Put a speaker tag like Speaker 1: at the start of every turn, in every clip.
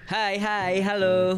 Speaker 1: Hai, halo.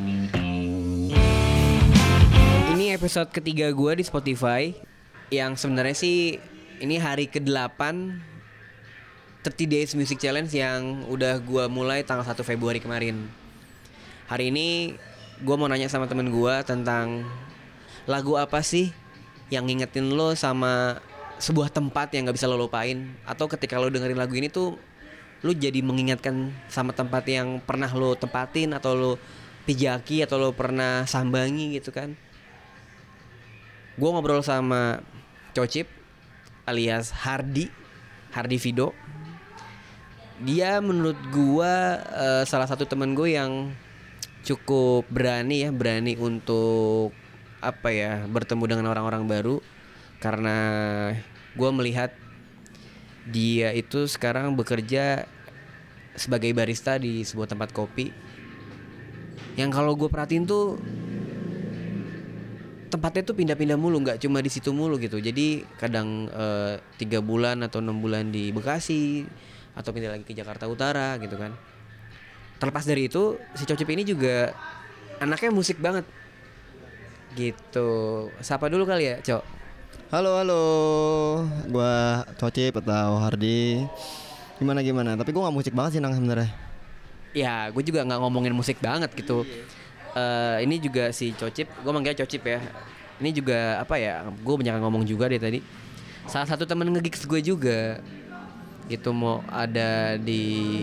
Speaker 1: Ini episode ketiga gue di Spotify. Yang sebenarnya sih ini hari ke-8 30 Days Music Challenge yang udah gue mulai tanggal 1 Februari kemarin. Hari ini gue mau nanya sama temen gue tentang lagu apa sih yang ngingetin lo sama sebuah tempat yang gak bisa lo lupain. Atau ketika lo dengerin lagu ini tuh lu jadi mengingatkan sama tempat yang pernah lo tempatin, atau lo pijaki, atau lo pernah sambangi gitu kan. Gue ngobrol sama Cocip alias Hardi Vido. Dia menurut gue salah satu temen gue yang cukup berani untuk bertemu dengan orang-orang baru. Karena gue melihat dia itu sekarang bekerja sebagai barista di sebuah tempat kopi. Yang kalau gue perhatiin tuh tempatnya tuh pindah-pindah mulu, nggak cuma di situ mulu gitu. Jadi kadang 3 bulan atau 6 bulan di Bekasi, atau pindah lagi ke Jakarta Utara gitu kan. Terlepas dari itu, si Cocip ini juga anaknya musik banget gitu. Sapa dulu kali ya, Cok.
Speaker 2: Halo, gua Cocip atau Hardi. Gimana? Tapi gua nggak musik banget sih nang sebenarnya.
Speaker 1: Ya, gue juga nggak ngomongin musik banget gitu. Ini juga si Cocip, gue manggilnya Cocip ya. Ini juga gue banyak ngomong juga deh tadi. Salah satu temen nge-gigs gue juga gitu, mau ada di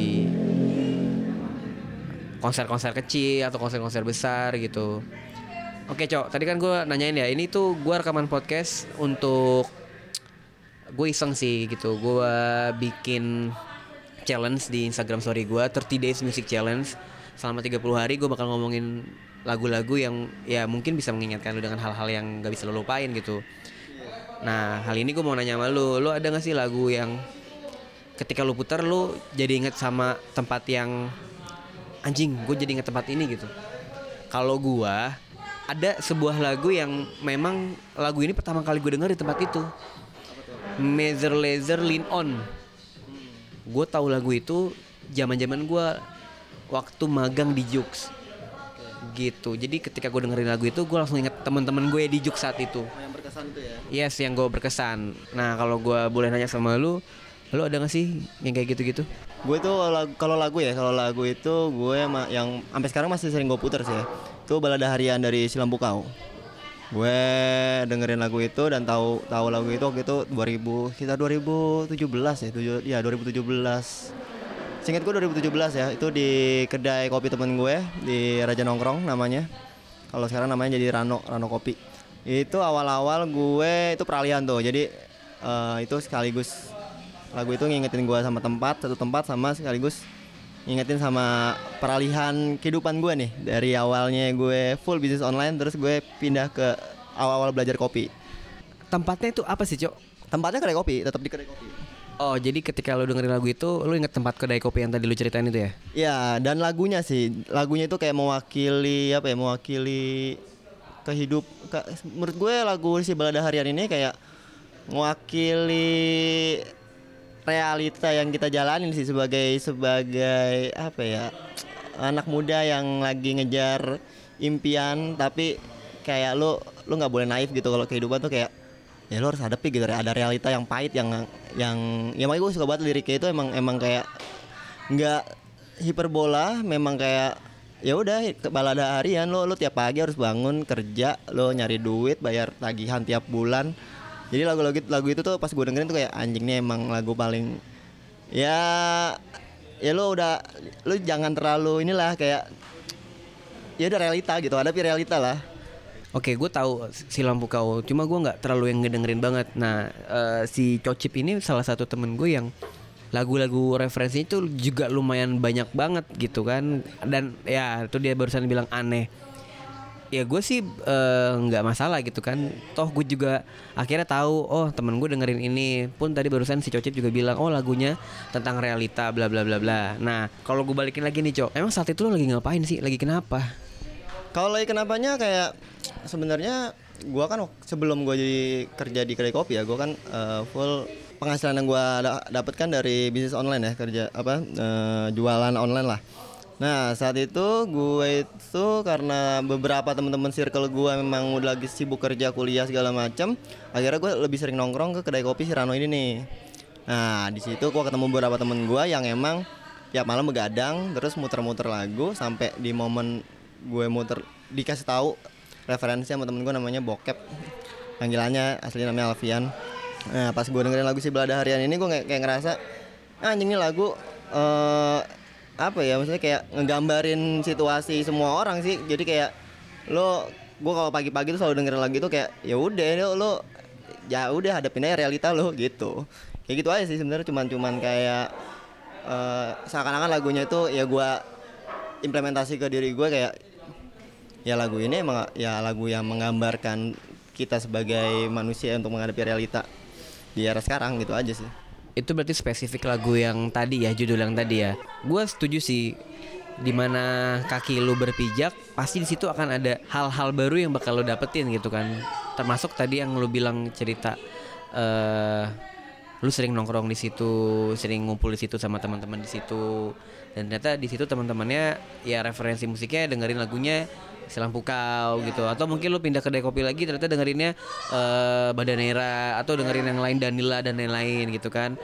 Speaker 1: konser-konser kecil atau konser-konser besar gitu. Oke, Cok, tadi kan gue nanyain ya, ini tuh gue rekaman podcast untuk gue iseng sih gitu. Gue bikin challenge di Instagram story gue, 30 Days Music Challenge. Selama 30 hari gue bakal ngomongin lagu-lagu yang ya mungkin bisa mengingatkan lu dengan hal-hal yang gak bisa lu lupain gitu. Nah, hal ini gue mau nanya sama lu ada gak sih lagu yang ketika lu putar lu jadi inget sama tempat yang anjing, gue jadi inget tempat ini gitu. Kalau gue ada sebuah lagu yang memang lagu ini pertama kali gue denger di tempat itu. Major Lazer Lean On. Gue tahu lagu itu zaman-zaman gue waktu magang di Jux gitu. Jadi ketika gue dengerin lagu itu, gue langsung inget teman-teman gue di Jux saat itu.
Speaker 2: Yang berkesan itu ya?
Speaker 1: Yes, yang gue berkesan. Nah, kalau gue boleh nanya sama lu ada gak sih yang kayak gitu-gitu?
Speaker 2: Gue itu kalau lagu itu gue yang sampai sekarang masih sering gue putar sih ya. Itu Balada Harian dari Silampu Kau. Gue dengerin lagu itu dan tahu lagu itu waktu itu 2017 ya, 2017. Seingat gue 2017 ya, itu di kedai kopi temen gue di Raja Nongkrong namanya. Kalau sekarang namanya jadi Rano Kopi. Itu awal-awal gue itu peralihan tuh. Jadi itu sekaligus lagu itu ngingetin gue sama satu tempat sama sekaligus ngingetin sama peralihan kehidupan gue nih. Dari awalnya gue full bisnis online, terus gue pindah ke awal-awal belajar kopi.
Speaker 1: Tempatnya itu apa sih, Cok?
Speaker 2: Tempatnya kedai kopi, tetap di kedai kopi.
Speaker 1: Oh, jadi ketika lu dengerin lagu itu, lu inget tempat kedai kopi yang tadi lu ceritain itu ya?
Speaker 2: Ya, dan lagunya itu kayak mewakili menurut gue lagu si Balada Harian ini kayak mewakili realita yang kita jalanin sih sebagai anak muda yang lagi ngejar impian, tapi kayak lu nggak boleh naif gitu. Kalau kehidupan tuh kayak ya lu harus hadapi gitu, ada realita yang pahit yang ya makanya gue suka banget liriknya itu. Emang kayak nggak hiperbola, memang kayak ya udah balada harian, lu tiap pagi harus bangun kerja, lu nyari duit, bayar tagihan tiap bulan. Jadi lagu itu tuh pas gue dengerin tuh kayak anjing nih emang lagu paling ya lu jangan terlalu inilah, kayak ya udah realita gitu, hadapi realita lah.
Speaker 1: Oke, gue tahu Silampu Kau, cuma gue nggak terlalu yang ngedengerin banget. Nah, si Cocip ini salah satu temen gue yang lagu-lagu referensinya itu juga lumayan banyak banget gitu kan. Dan ya itu dia barusan bilang aneh. Ya gue sih nggak masalah gitu kan. Toh gue juga akhirnya tahu, oh temen gue dengerin ini. Pun tadi barusan si Cocip juga bilang, oh lagunya tentang realita bla bla bla bla. Nah, kalau gue balikin lagi nih, Cok, emang saat itu lo lagi ngapain sih? Lagi kenapa?
Speaker 2: Kalau lagi kenapanya kayak sebenarnya gue kan sebelum gue jadi kerja di kedai kopi ya, gue kan full penghasilan yang gue dapet kan dari bisnis online ya, kerja jualan online lah. Nah saat itu gue itu karena beberapa teman-teman circle gue memang udah lagi sibuk kerja kuliah segala macam, akhirnya gue lebih sering nongkrong ke kedai kopi si Rano ini nih. Nah di situ gue ketemu beberapa temen gue yang emang tiap malam begadang terus muter-muter lagu sampai di momen gue muter dikasih tahu referensi sama temen gue namanya Bokep, panggilannya asli namanya Alfian. Nah pas gue dengerin lagu si Belada Harian ini gue kayak ngerasa anjing nih lagu apa ya, maksudnya kayak ngegambarin situasi semua orang sih. Jadi kayak gue kalau pagi-pagi tuh selalu dengerin lagu itu kayak ya udah lo ya udah hadapin aja realita lo gitu. Kayak gitu aja sih sebenarnya, cuman kayak seakan-akan lagunya itu ya gue implementasi ke diri gue, kayak ya lagu ini emang ya lagu yang menggambarkan kita sebagai manusia untuk menghadapi realita di era sekarang gitu aja sih.
Speaker 1: Itu berarti spesifik lagu yang tadi ya, judul yang tadi ya. Gue setuju sih, dimana kaki lu berpijak pasti di situ akan ada hal-hal baru yang bakal lu dapetin gitu kan. Termasuk tadi yang lu bilang cerita lu sering nongkrong di situ, sering ngumpul di situ sama teman-teman di situ, dan ternyata di situ teman-temannya ya referensi musiknya dengerin lagunya Selampu Kau gitu, atau mungkin lu pindah kedai kopi lagi ternyata dengerinnya Badanera, atau dengerin yang lain Danila dan lain-lain gitu kan.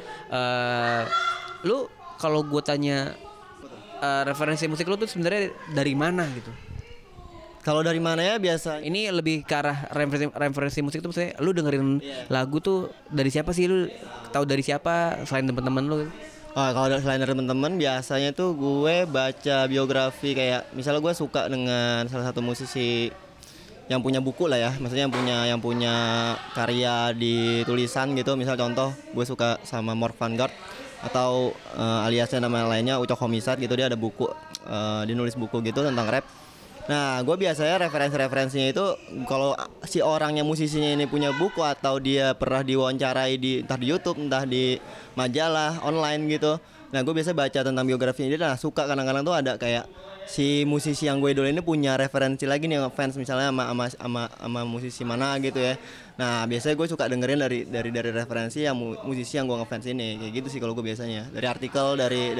Speaker 1: Lu kalau gue tanya referensi musik lu tuh sebenarnya dari mana gitu?
Speaker 2: Kalau dari mana ya biasa?
Speaker 1: Ini lebih ke arah referensi musik tuh maksudnya lu dengerin lagu tuh dari siapa sih, lu tahu dari siapa selain teman-teman lu?
Speaker 2: Oh, kalau selain dari teman-teman biasanya tuh gue baca biografi, kayak misalnya gue suka dengan salah satu musisi yang punya buku lah ya, maksudnya yang punya karya di tulisan gitu. Misal contoh gue suka sama Mort Vanguard atau aliasnya nama lainnya Ucok Homicide gitu, dia ada buku dia nulis buku gitu tentang rap. Nah, gue biasanya referensinya itu kalau si orangnya musisinya ini punya buku atau dia pernah diwawancarai entah di YouTube, entah di majalah online gitu. Nah, gue biasa baca tentang biografinya dia. Nah, suka kadang-kadang tuh ada kayak si musisi yang gue idolain ini punya referensi lagi nih, ngefans misalnya sama musisi mana gitu ya. Nah, biasanya gue suka dengerin dari referensi yang musisi yang gue ngefans ini. Kayak gitu sih kalau gue biasanya. Dari artikel,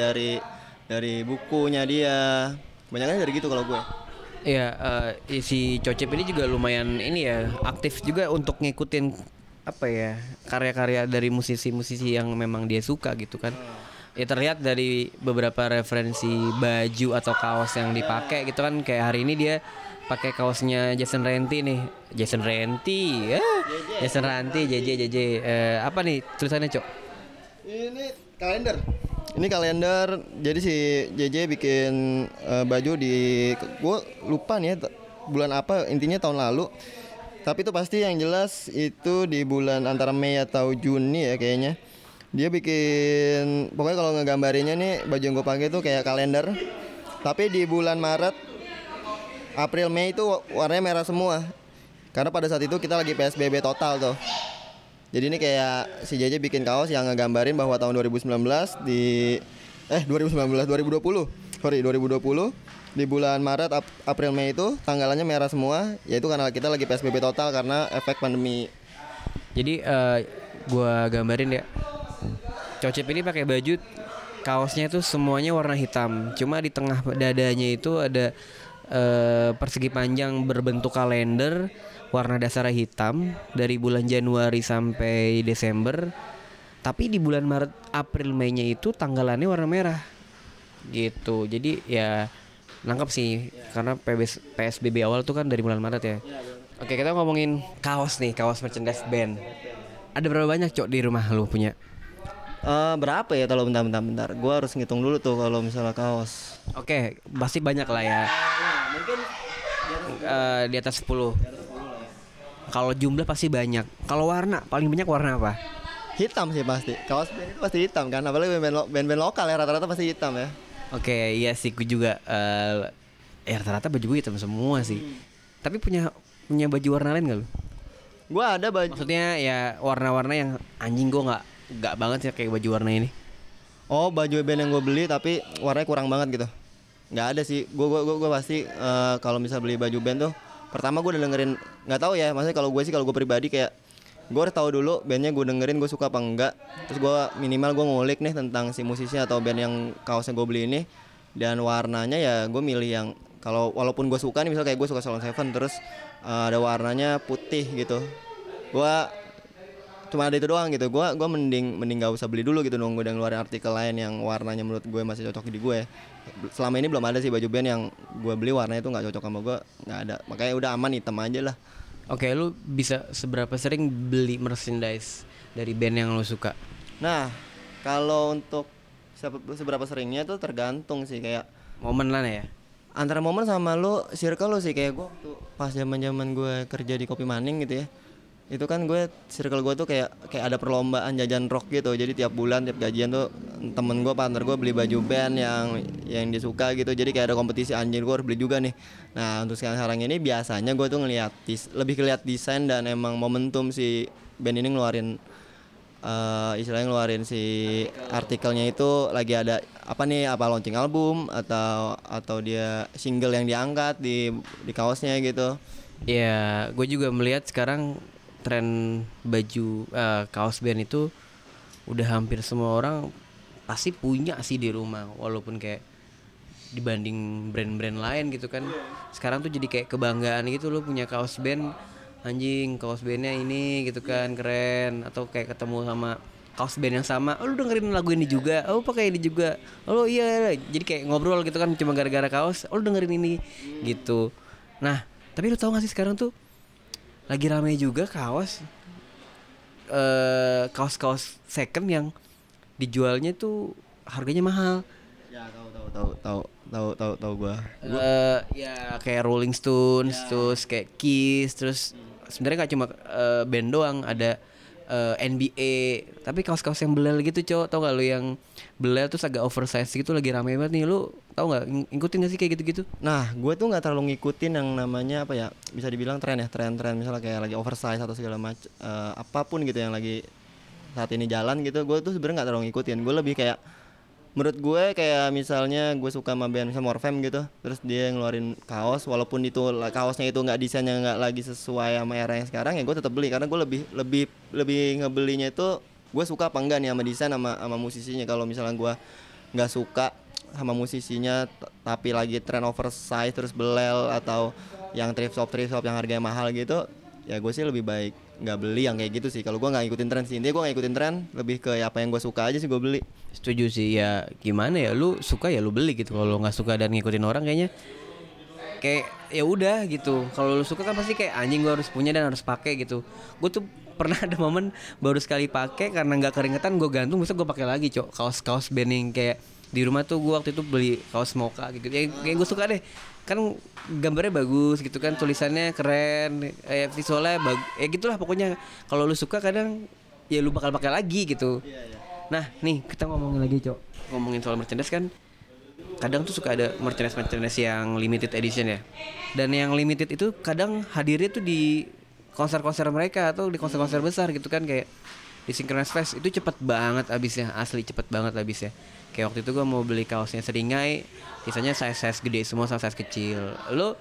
Speaker 2: dari bukunya dia. Banyaknya dari gitu kalau gue.
Speaker 1: Iya, si Cocep ini juga lumayan ini ya, aktif juga untuk ngikutin apa ya, karya-karya dari musisi-musisi yang memang dia suka gitu kan. Ya terlihat dari beberapa referensi baju atau kaos yang dipakai gitu kan. Kayak hari ini dia pakai kaosnya Jason Ranti nih. Jason Ranti, Jason Ranti, JJ. Apa nih tulisannya, Cok?
Speaker 2: Ini kalender. Ini kalender. Jadi si JJ bikin baju di, gue lupa nih ya bulan apa, intinya tahun lalu. Tapi itu pasti yang jelas itu di bulan antara Mei atau Juni ya kayaknya. Dia bikin, pokoknya kalau ngegambarinnya nih baju yang gue pakai tuh kayak kalender. Tapi di bulan Maret, April, Mei itu warnanya merah semua. Karena pada saat itu kita lagi PSBB total tuh. Jadi ini kayak si JJ bikin kaos yang ngegambarin bahwa tahun 2020 di bulan Maret, April, Mei itu tanggalannya merah semua, yaitu karena kita lagi PSBB total karena efek pandemi.
Speaker 1: Jadi gua gambarin ya. Cocep ini pakai baju kaosnya itu semuanya warna hitam. Cuma di tengah dadanya itu ada persegi panjang berbentuk kalender warna dasarnya hitam dari bulan Januari sampai Desember. Tapi di bulan Maret, April, Mei-nya itu tanggalannya warna merah. Gitu. Jadi ya nangkep sih karena PSBB awal tuh kan dari bulan Maret ya. Oke, kita ngomongin kaos nih, kaos merchandise band. Ada berapa banyak, Cok, di rumah lu punya?
Speaker 2: Berapa ya kalau bentar. Gue harus ngitung dulu tuh kalau misalnya kaos.
Speaker 1: Oke, pasti banyak lah ya.
Speaker 2: Mungkin
Speaker 1: di atas 10. Kalau jumlah pasti banyak. Kalau warna paling banyak warna apa?
Speaker 2: Hitam sih pasti. Kaos band itu pasti hitam kan. Apalagi band-band lokal ya rata-rata pasti hitam ya.
Speaker 1: Oke, iya sih gue juga rata-rata baju gue hitam semua sih. Tapi punya baju warna lain gak lu?
Speaker 2: Gue ada baju.
Speaker 1: Maksudnya ya warna-warna yang anjing gue nggak banget sih kayak baju warna ini.
Speaker 2: Oh, baju band yang gue beli tapi warnanya kurang banget gitu. Nggak ada sih. Gue pasti kalau misal beli baju band tuh pertama gue udah dengerin, nggak tahu ya, maksudnya kalau gue pribadi kayak gue harus tahu dulu bandnya gue dengerin gue suka apa enggak, terus gue minimal gue ngulik nih tentang si musisi atau band yang kaosnya gue beli ini, Dan warnanya ya gue milih yang kalau walaupun gue suka nih, misal kayak gue suka Salon Seven terus ada warnanya putih gitu, gue cuma ada itu doang gitu, gue mending gak usah beli dulu gitu, nunggu dan ngeluarin artikel lain yang warnanya menurut gue masih cocok di gue. Selama ini belum ada sih baju band yang gue beli warnanya itu nggak cocok sama gue, nggak ada, makanya udah aman hitam aja lah.
Speaker 1: Oke, lu bisa seberapa sering beli merchandise dari band yang lu suka?
Speaker 2: Nah, kalau untuk seberapa seringnya tuh tergantung sih, kayak
Speaker 1: Momen lah ya.
Speaker 2: antara momen sama lu circle lu sih. Kayak gue waktu pas zaman gue kerja di Kopi Maning gitu ya, itu kan gue circle gue tuh kayak ada perlombaan jajan rock gitu. Jadi tiap bulan tiap gajian tuh temen gue, partner gue beli baju band yang dia suka gitu. Jadi kayak ada kompetisi, anjir gue harus beli juga nih. Nah untuk sekarang ini biasanya gue tuh ngeliat lebih ngeliat desain dan emang momentum si band ini ngeluarin istilahnya ngeluarin si artikelnya itu lagi ada apa nih, apa launching album atau dia single yang diangkat di kaosnya gitu.
Speaker 1: Ya, gue juga melihat sekarang tren baju kaos band itu udah hampir semua orang pasti punya sih di rumah, walaupun kayak dibanding brand-brand lain gitu kan. Sekarang tuh jadi kayak kebanggaan gitu, lo punya kaos band, anjing kaos bandnya ini gitu kan, keren. Atau kayak ketemu sama kaos band yang sama, oh lu dengerin lagu ini juga, oh pakai ini juga, oh iya, jadi kayak ngobrol gitu kan, cuma gara-gara kaos, oh lu dengerin ini gitu. Nah tapi lu tahu gak sih sekarang tuh lagi ramai juga kaos-kaos second yang dijualnya tuh harganya mahal.
Speaker 2: Ya tahu gua.
Speaker 1: Ya kayak Rolling Stones, terus kayak Kiss, terus sebenarnya nggak cuma band doang, ada NBA, tapi kaos-kaos yang belel gitu, cowok. Tau gak lu yang belel terus agak oversize gitu, lagi rame banget nih, lu tau gak, ngikutin gak sih kayak gitu-gitu?
Speaker 2: Nah, gue tuh nggak terlalu ngikutin yang namanya apa ya, bisa dibilang tren misalnya kayak lagi oversize atau segala macam apapun gitu yang lagi saat ini jalan gitu. Gue tuh sebenarnya nggak terlalu ngikutin. Gue lebih kayak, menurut gue kayak misalnya gue suka sama band misalnya Morfem gitu, terus dia ngeluarin kaos, walaupun itu kaosnya itu nggak, desainnya nggak lagi sesuai sama era yang sekarang, ya gue tetap beli karena gue lebih ngebelinya itu gue suka apa enggak nih sama desain sama musisinya. Kalau misalnya gue nggak suka sama musisinya tapi lagi tren oversize terus belel atau yang thrift shop yang harganya mahal gitu, ya gue sih lebih baik nggak beli yang kayak gitu sih. Kalau gue nggak ngikutin tren sih, intinya gue nggak ngikutin tren, lebih ke apa yang gue suka aja sih gue beli.
Speaker 1: Setuju sih, ya gimana ya, lu suka ya lu beli gitu. Kalau nggak suka dan ngikutin orang kayaknya kayak ya udah gitu. Kalau lu suka kan pasti kayak anjing gue harus punya dan harus pakai gitu. Gue tuh pernah ada momen baru sekali pakai karena nggak keringetan gue gantung, bisa gue pakai lagi, cok. Kaos band yang kayak di rumah tuh gue waktu itu beli kaos mocha gitu. Ya kayak gue suka deh. Kan gambarnya bagus gitu kan, tulisannya keren, visualnya ya gitulah pokoknya. Kalau lu suka kadang ya lu bakal pakai lagi gitu. Nah nih kita ngomongin lagi, cok, ngomongin soal merchandise kan, kadang tuh suka ada merchandise yang limited edition ya. Dan yang limited itu kadang hadirnya tuh di konser-konser mereka atau di konser-konser besar gitu kan, kayak di Synchronous Fest itu cepet banget habisnya, asli cepet banget habisnya. Kayak waktu itu gue mau beli kaosnya Seringai, sisanya size gede semua sama size kecil. Lo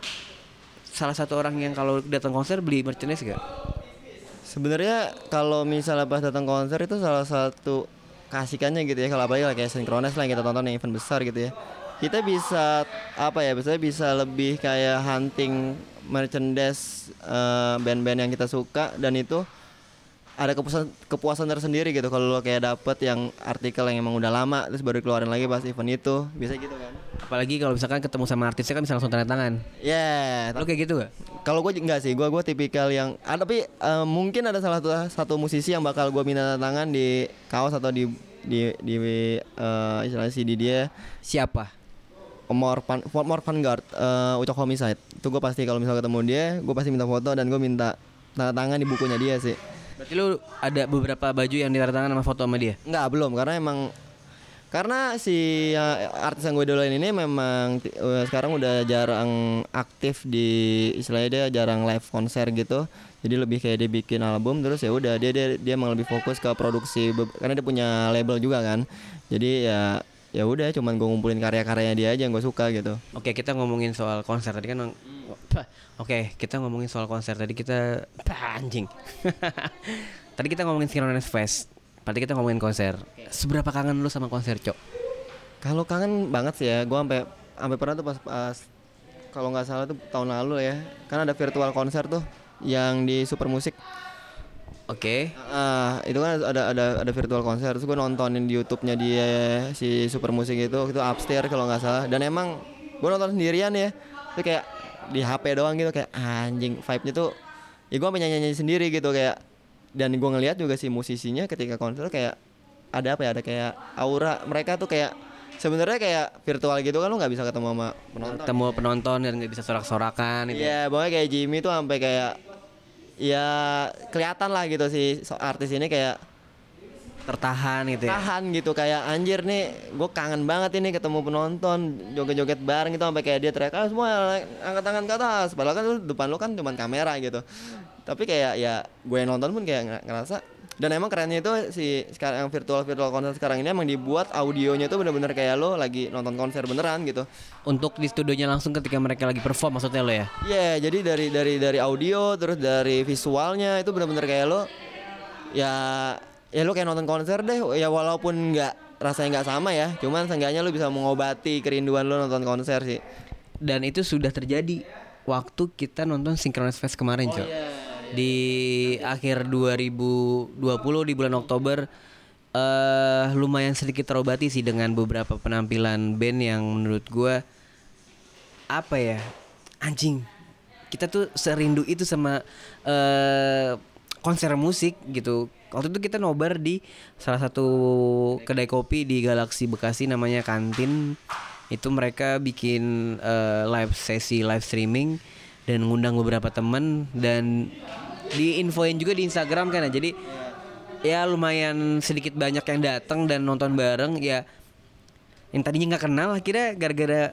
Speaker 1: salah satu orang yang kalau datang konser beli merchandise gak?
Speaker 2: Sebenarnya kalau misalnya pas datang konser itu salah satu kasihkannya gitu ya, kalau apalagi kayak Synchronous lah yang kita tonton yang event besar gitu ya, kita bisa apa ya, biasanya bisa lebih kayak hunting merchandise band-band yang kita suka, dan itu ada kepuasan tersendiri gitu kalau lo kayak dapet yang artikel yang emang udah lama terus baru keluarin lagi pas event itu, bisa gitu kan.
Speaker 1: Apalagi kalau misalkan ketemu sama artisnya kan bisa langsung tanda tangan.
Speaker 2: Lo
Speaker 1: kayak gitu gak?
Speaker 2: Kalau gue enggak sih, gue tipikal yang tapi mungkin ada salah satu musisi yang bakal gue minta tanda tangan di kaos atau di istilahnya CD dia.
Speaker 1: Siapa?
Speaker 2: More Vanguard, Ucok Homicide. Itu gue pasti kalau misalnya ketemu dia, gue pasti minta foto dan gue minta tanda tangan di bukunya dia sih.
Speaker 1: Berarti lu ada beberapa baju yang ditanda tangan sama foto sama dia?
Speaker 2: Enggak, belum, karena si artis yang gue idolain ini memang sekarang udah jarang aktif di, istilahnya dia jarang live konser gitu. Jadi lebih kayak dia bikin album terus ya udah dia emang lebih fokus ke produksi karena dia punya label juga kan. Jadi ya udah cuman gue ngumpulin karya-karyanya dia aja yang gue suka gitu.
Speaker 1: Oke, kita ngomongin soal konser tadi kan. Kita ngomongin soal konser tadi kita anjing. Tadi kita ngomongin Synchronous Fest. Berarti kita ngomongin konser. Seberapa kangen lu sama konser, Cok?
Speaker 2: Kalau kangen banget sih ya, gue sampai sampai pernah tuh pas kalau nggak salah tuh tahun lalu ya, kan ada virtual konser tuh yang di Super Musik.
Speaker 1: Oke.
Speaker 2: Itu kan ada virtual konser, terus gue nontonin di YouTube-nya dia si Super Musik itu upstairs kalau nggak salah. Dan emang gue nonton sendirian ya, itu kayak di HP doang gitu, kayak anjing vibe-nya tuh, ya gue sampai nyanyi sendiri gitu kayak. Dan gue ngelihat juga si musisinya ketika konser kayak ada apa ya, ada kayak aura mereka tuh kayak sebenarnya kayak virtual gitu kan, lu nggak bisa ketemu sama penonton.
Speaker 1: Ketemu penonton dan nggak bisa sorak-sorakan gitu.
Speaker 2: Iya, pokoknya kayak Jimmy tuh sampai kayak ya kelihatan lah gitu si artis ini kayak
Speaker 1: Tertahan gitu ya.
Speaker 2: tahan gitu, kayak anjir nih gue kangen banget ini ketemu penonton, joget-joget bareng gitu sampai kayak dia teriak semua angkat tangan ke atas, padahal kan depan lu kan cuma kamera gitu. Tapi kayak ya gue yang nonton pun kayak ngerasa. Dan emang kerennya itu si sekarang yang virtual konser sekarang ini emang dibuat audionya tuh bener-bener kayak lo lagi nonton konser beneran gitu.
Speaker 1: Untuk di studionya langsung ketika mereka lagi perform maksudnya lo ya?
Speaker 2: Iya, jadi dari audio terus dari visualnya itu bener-bener kayak lo ya lo kayak nonton konser deh. Ya walaupun rasanya nggak sama ya, cuman seenggaknya lo bisa mengobati kerinduan lo nonton konser sih.
Speaker 1: Dan itu sudah terjadi waktu kita nonton Synchronous Fest kemarin, Cok. Di akhir 2020 di bulan Oktober, lumayan sedikit terobati sih dengan beberapa penampilan band yang menurut gue apa ya, anjing, kita tuh serindu itu sama konser musik gitu. Waktu itu kita nobar di salah satu kedai kopi di Galaksi Bekasi namanya Kantin. Itu mereka bikin live streaming dan ngundang beberapa temen dan diinfoin juga di Instagram kan ya. Jadi ya lumayan sedikit banyak yang datang dan nonton bareng ya. Yang tadinya nggak kenal akhirnya gara-gara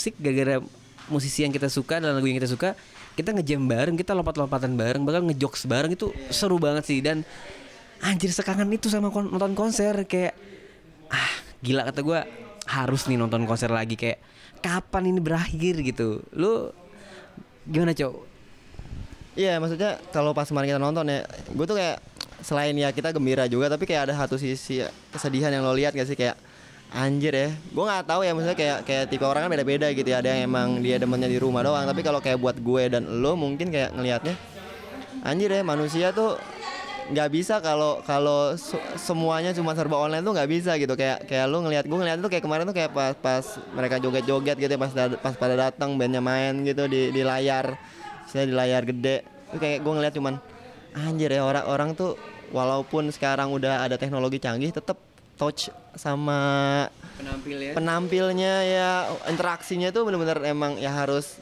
Speaker 1: musisi yang kita suka dan lagu yang kita suka, kita ngejam bareng, kita lompat-lompatan bareng, bahkan ngejokes bareng. Itu seru banget sih. Dan anjir sekangen itu sama nonton konser. Kayak gila kata gue, harus nih nonton konser lagi. Kayak kapan ini berakhir gitu. Lu gimana, Cok?
Speaker 2: Iya, maksudnya kalau pas kemarin kita nonton ya, gue tuh kayak selain ya kita gembira juga, tapi kayak ada satu sisi kesedihan yang lo lihat gak sih, kayak anjir ya. Gue nggak tahu ya, maksudnya kayak tipe orang kan beda-beda gitu ya. Ada yang emang dia demennya di rumah doang, tapi kalau kayak buat gue dan lo mungkin kayak ngelihatnya anjir ya, manusia tuh nggak bisa kalau semuanya cuma serba online tuh nggak bisa gitu. Kayak lu gue ngeliat tuh kayak kemarin tuh kayak pas mereka joget-joget gitu ya, pas pada datang bandnya main gitu di layar, saya di layar gede tuh kayak gue ngeliat cuman anjir ya, orang tuh walaupun sekarang udah ada teknologi canggih tetap touch sama penampilnya ya, interaksinya tuh benar-benar emang ya harus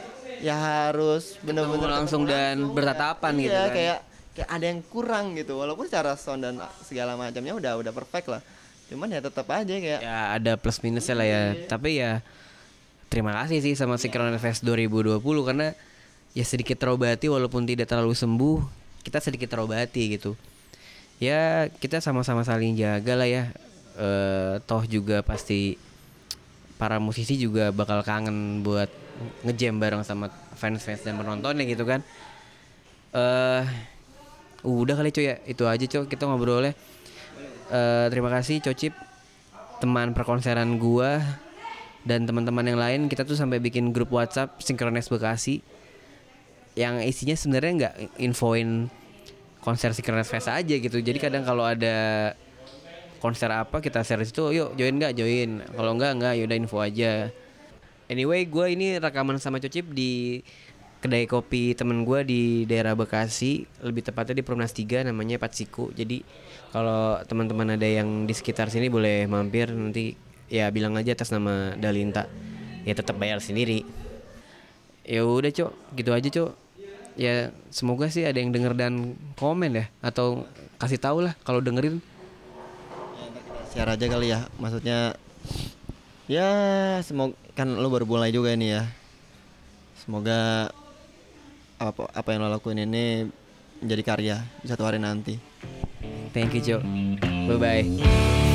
Speaker 2: benar-benar
Speaker 1: langsung dan bertatapan gitu
Speaker 2: ya,
Speaker 1: kan.
Speaker 2: kayak ada yang kurang gitu, walaupun secara sound dan segala macamnya udah perfect lah, cuman ya tetap aja kayak
Speaker 1: ya ada plus minusnya lah ya. Tapi ya terima kasih sih sama Synchronous Fest 2020 karena ya sedikit terobati, walaupun tidak terlalu sembuh, kita sedikit terobati gitu. Ya kita sama-sama saling jaga lah ya. Toh juga pasti para musisi juga bakal kangen buat ngejam bareng sama fans dan penontonnya gitu kan. Udah kali Coy ya, itu aja Coy kita ngobrolnya. Terima kasih Cocip, teman perkonseran gua dan teman-teman yang lain. Kita tuh sampai bikin grup WhatsApp Synchronous Bekasi yang isinya sebenarnya nggak infoin konser Synchronous Fest aja gitu. Jadi kadang kalau ada konser apa kita share situ, yuk join nggak, join. Kalau nggak yaudah info aja. Anyway, gue ini rekaman sama Cocip di kedai kopi temen gue di daerah Bekasi, lebih tepatnya di Perumnas 3 namanya Patsiku. Jadi kalau teman-teman ada yang di sekitar sini boleh mampir, nanti ya bilang aja atas nama Dalinta. Ya tetap bayar sendiri. Ya udah Cok, gitu aja Cok. Ya semoga sih ada yang denger dan komen ya, atau kasih tahu lah kalau dengerin.
Speaker 2: Share aja kali ya, maksudnya ya semoga, kan lo baru mulai juga ini ya, semoga apa yang lo lakuin ini menjadi karya di satu hari nanti.
Speaker 1: Thank you Cok, bye bye.